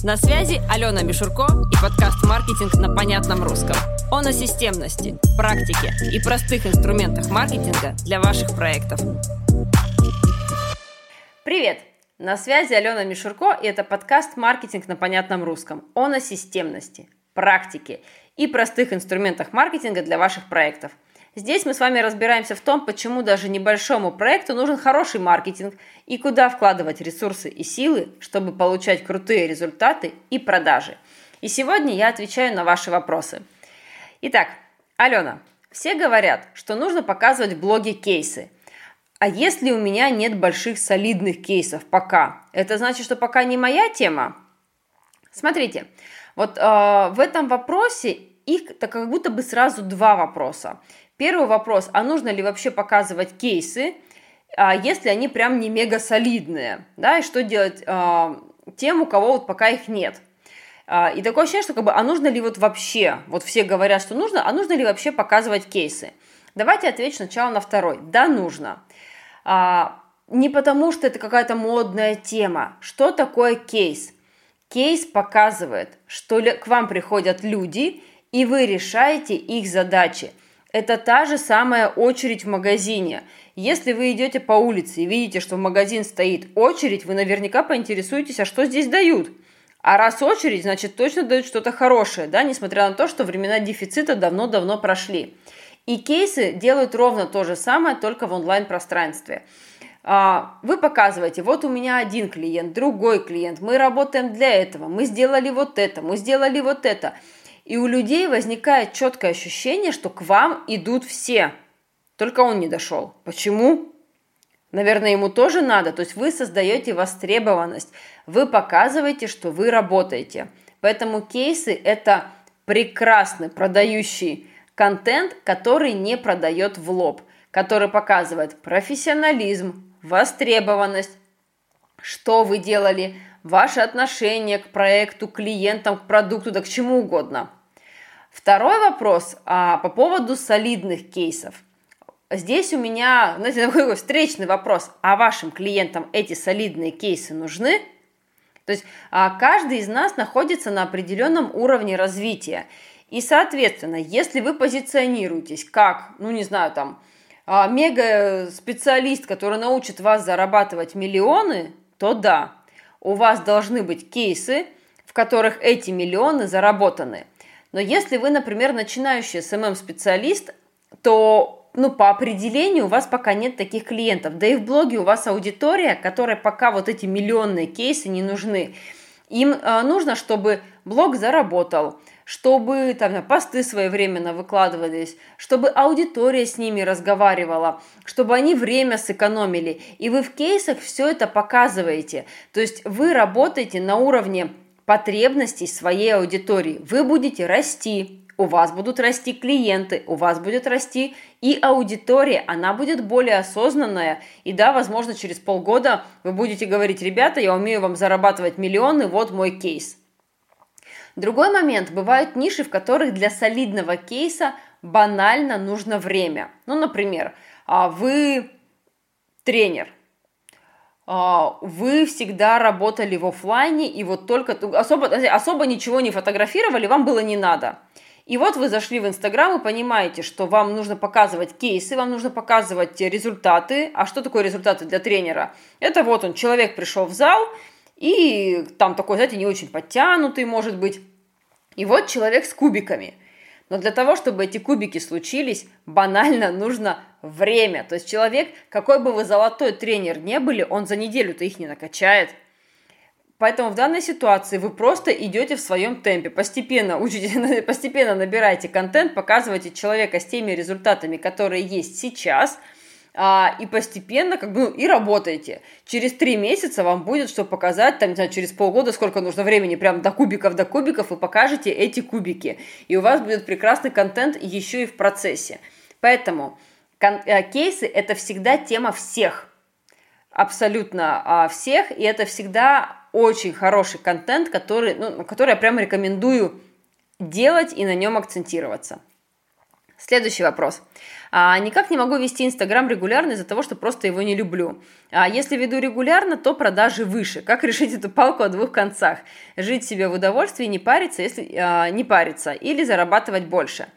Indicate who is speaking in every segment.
Speaker 1: На связи Алена Мишурко и подкаст «Маркетинг на понятном русском». Он о системности, практике и простых инструментах маркетинга для ваших проектов. Привет! На связи Алена Мишурко, и это подкаст «Маркетинг на понятном русском». Он о системности, практике и простых инструментах маркетинга для ваших проектов. Здесь мы с вами разбираемся в том, почему даже небольшому проекту нужен хороший маркетинг и куда вкладывать ресурсы и силы, чтобы получать крутые результаты и продажи. И сегодня я отвечаю на ваши вопросы. Итак, Алена, все говорят, что нужно показывать в блоге кейсы. А если у меня нет больших солидных кейсов пока, это значит, что пока не моя тема? Смотрите, вот в этом вопросе их-то как будто бы сразу два вопроса. Первый вопрос, а нужно ли вообще показывать кейсы, если они прям не мега солидные, да, и что делать тем, у кого вот пока их нет. И такое ощущение, что а нужно ли вот вообще, вот все говорят, что нужно, а нужно ли вообще показывать кейсы? Давайте отвечу сначала на второй. Да, нужно. Не потому, что это какая-то модная тема. Что такое кейс? Кейс показывает, что к вам приходят люди, и вы решаете их задачи. Это та же самая очередь в магазине. Если вы идете по улице и видите, что в магазин стоит очередь, вы наверняка поинтересуетесь, а что здесь дают? А раз очередь, значит точно дают что-то хорошее, да, несмотря на то, что времена дефицита давно-давно прошли. И кейсы делают ровно то же самое, только в онлайн-пространстве. Вы показываете, вот у меня один клиент, другой клиент, мы работаем для этого, мы сделали вот это, мы сделали вот это. И у людей возникает четкое ощущение, что к вам идут все. Только он не дошел. Почему? Наверное, ему тоже надо. То есть вы создаете востребованность. Вы показываете, что вы работаете. Поэтому кейсы – это прекрасный продающий контент, который не продает в лоб. Который показывает профессионализм, востребованность, что вы делали, ваше отношение к проекту, к клиентам, к продукту, да к чему угодно. Второй вопрос по поводу солидных кейсов. Здесь у меня, знаете, такой встречный вопрос. А вашим клиентам эти солидные кейсы нужны? То есть каждый из нас находится на определенном уровне развития. И, соответственно, если вы позиционируетесь как, мега-специалист, который научит вас зарабатывать миллионы, то да, у вас должны быть кейсы, в которых эти миллионы заработаны. Но если вы, например, начинающий СММ-специалист, то по определению у вас пока нет таких клиентов. Да и в блоге у вас аудитория, которой пока вот эти миллионные кейсы не нужны. Им нужно, чтобы блог заработал, чтобы посты своевременно выкладывались, чтобы аудитория с ними разговаривала, чтобы они время сэкономили. И вы в кейсах все это показываете. То есть вы работаете на уровне потребностей своей аудитории. Вы будете расти, у вас будут расти клиенты, у вас будет расти и аудитория, она будет более осознанная. И да, возможно, через полгода вы будете говорить: ребята, я умею вам зарабатывать миллионы, вот мой кейс. Другой момент. Бывают ниши, в которых для солидного кейса банально нужно время. Например, вы тренер. Вы всегда работали в офлайне, и вот только особо ничего не фотографировали, вам было не надо. И вот вы зашли в Инстаграм и понимаете, что вам нужно показывать кейсы, вам нужно показывать результаты. А что такое результаты для тренера? Это человек пришел в зал, и там такой, знаете, не очень подтянутый, может быть. И вот человек с кубиками. Но для того, чтобы эти кубики случились, банально нужно время. То есть человек, какой бы вы золотой тренер не были, он за неделю-то их не накачает. Поэтому в данной ситуации вы просто идете в своем темпе, постепенно учитесь, постепенно набираете контент, показываете человека с теми результатами, которые есть сейчас, и постепенно и работаете. Через 3 месяца вам будет что показать, через полгода, сколько нужно времени, прям до кубиков, вы покажете эти кубики. И у вас будет прекрасный контент еще и в процессе. Поэтому кейсы – это всегда тема всех, абсолютно всех, и это всегда очень хороший контент, который я прямо рекомендую делать и на нем акцентироваться. Следующий вопрос. Никак не могу вести Инстаграм регулярно из-за того, что просто его не люблю. Если веду регулярно, то продажи выше. Как решить эту палку о двух концах? Жить себе в удовольствии, не париться, или зарабатывать больше?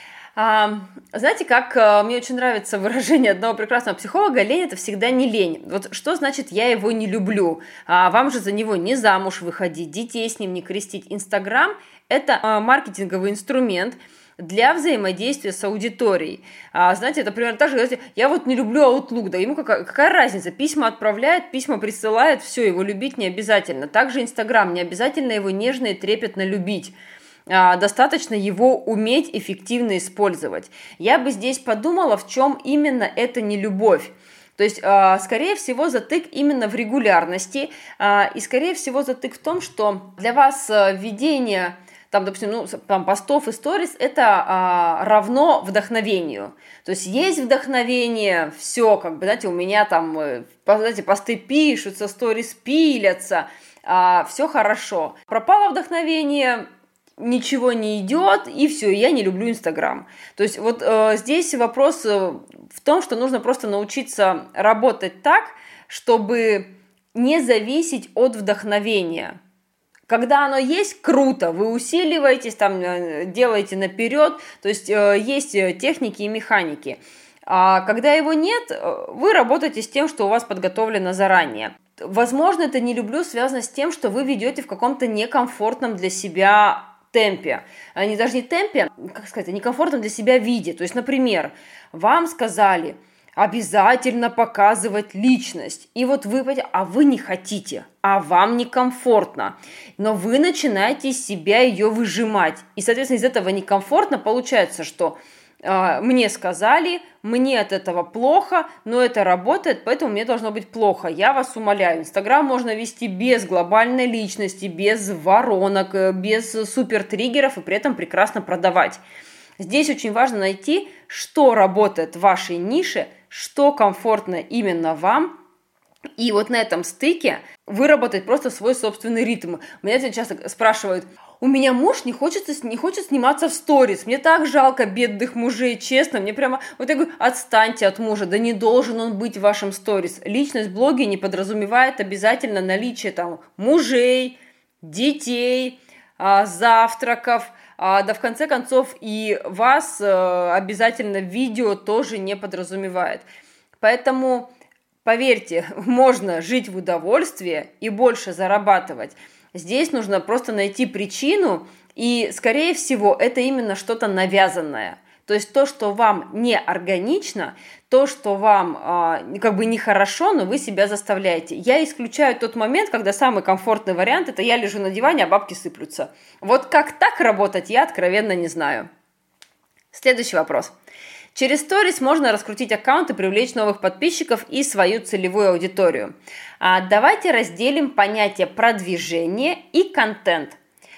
Speaker 1: Знаете, как мне очень нравится выражение одного прекрасного психолога: лень – это всегда не лень. Вот что значит «я его не люблю»? Вам же за него не замуж выходить, детей с ним не крестить. Инстаграм – это маркетинговый инструмент для взаимодействия с аудиторией. Знаете, это примерно так же, говорите: я вот не люблю Outlook, да ему какая разница, письма отправляет, письма присылает, все, его любить не обязательно. Также Инстаграм, не обязательно его нежно и трепетно любить. Достаточно его уметь эффективно использовать. Я бы здесь подумала, в чем именно это нелюбовь. То есть, скорее всего, затык именно в регулярности, и, скорее всего, затык в том, что для вас ведение допустим, постов и сторис – это равно вдохновению. То есть вдохновение, все, у меня посты пишутся, сторис пилятся, все хорошо. Пропало вдохновение, ничего не идет, и все, я не люблю Инстаграм. То есть здесь вопрос в том, что нужно просто научиться работать так, чтобы не зависеть от вдохновения. Когда оно есть, круто, вы усиливаетесь, делаете наперед, то есть есть техники и механики. А когда его нет, вы работаете с тем, что у вас подготовлено заранее. Возможно, это «не люблю» связано с тем, что вы ведете в каком-то некомфортном для себя темпе. Даже не темпе, некомфортном для себя виде. То есть, например, вам сказали обязательно показывать личность. И вот вы не хотите, вам некомфортно. Но вы начинаете из себя ее выжимать. И, соответственно, из этого некомфортно получается, что мне сказали, мне от этого плохо, но это работает, поэтому мне должно быть плохо. Я вас умоляю, Инстаграм можно вести без глобальной личности, без воронок, без супертриггеров и при этом прекрасно продавать. Здесь очень важно найти, что работает в вашей нише, что комфортно именно вам, и вот на этом стыке выработать просто свой собственный ритм. Меня часто спрашивают: у меня муж не хочет сниматься в сторис, мне так жалко бедных мужей, честно, мне прямо, я говорю: отстаньте от мужа, да не должен он быть в вашем сторис. Личность в блоге не подразумевает обязательно наличие мужей, детей, завтраков, да в конце концов и вас обязательно видео тоже не подразумевает. Поэтому, поверьте, можно жить в удовольствии и больше зарабатывать. Здесь нужно просто найти причину, и, скорее всего, это именно что-то навязанное. То есть то, что вам не органично, то, что вам нехорошо, но вы себя заставляете. Я исключаю тот момент, когда самый комфортный вариант – это я лежу на диване, а бабки сыплются. Вот как так работать, я откровенно не знаю. Следующий вопрос. Через сторис можно раскрутить аккаунт и привлечь новых подписчиков и свою целевую аудиторию. Давайте разделим понятие продвижение и контент.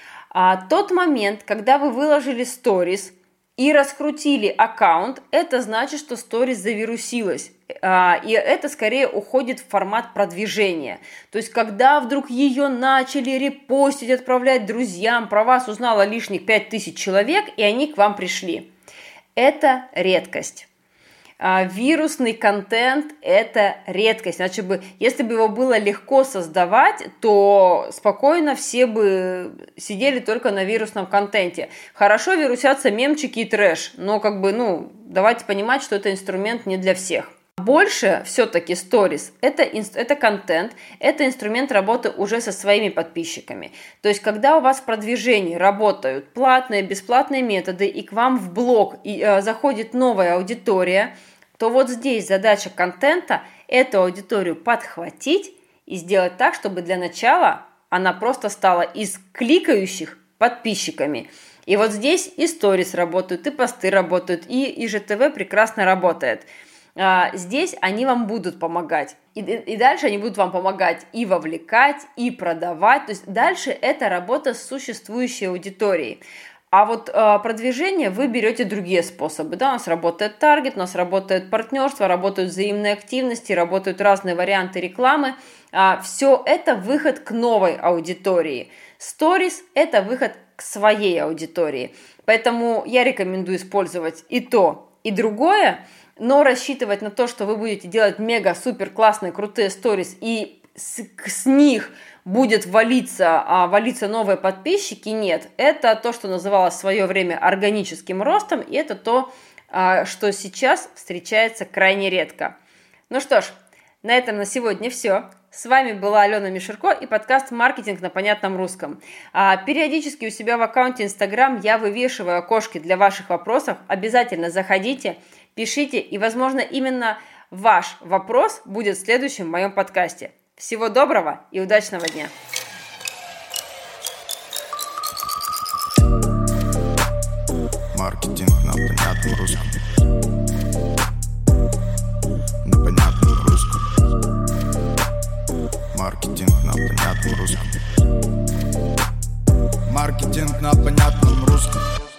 Speaker 1: Тот момент, когда вы выложили сторис и раскрутили аккаунт, это значит, что сторис завирусилась. И это скорее уходит в формат продвижения. То есть, когда вдруг ее начали репостить, отправлять друзьям, про вас узнало лишних 5000 человек, и они к вам пришли. Это редкость. Вирусный контент – это редкость. Иначе если бы его было легко создавать, то спокойно все бы сидели только на вирусном контенте. Хорошо вирусятся мемчики и трэш, но давайте понимать, что это инструмент не для всех. Больше все-таки сторис – это контент, это инструмент работы уже со своими подписчиками. То есть, когда у вас в продвижении работают платные, бесплатные методы, и к вам в блог заходит новая аудитория, то вот здесь задача контента – эту аудиторию подхватить и сделать так, чтобы для начала она просто стала из кликающих подписчиками. И вот здесь и сторис работают, и посты работают, и ИЖТВ прекрасно работает. Здесь они вам будут помогать. И дальше они будут вам помогать и вовлекать, и продавать. То есть дальше это работа с существующей аудиторией. А вот продвижение вы берете другие способы. Да? У нас работает таргет, у нас работает партнерство, работают взаимные активности, работают разные варианты рекламы. Все это выход к новой аудитории. Stories – это выход к своей аудитории. Поэтому я рекомендую использовать и то, и другое, но рассчитывать на то, что вы будете делать мега-супер классные, крутые сторис, и с них будет валиться новые подписчики, нет. Это то, что называлось в свое время органическим ростом, и это то, что сейчас встречается крайне редко. Ну что ж, на этом на сегодня все. С вами была Алена Мишурко и подкаст «Маркетинг на понятном русском». Периодически у себя в аккаунте Instagram я вывешиваю окошки для ваших вопросов. Обязательно заходите, пишите, и, возможно, именно ваш вопрос будет следующим в моем подкасте. Всего доброго и удачного дня!
Speaker 2: Маркетинг на понятном русском. На понятном русском. Маркетинг на понятном русском. Маркетинг на понятном русском.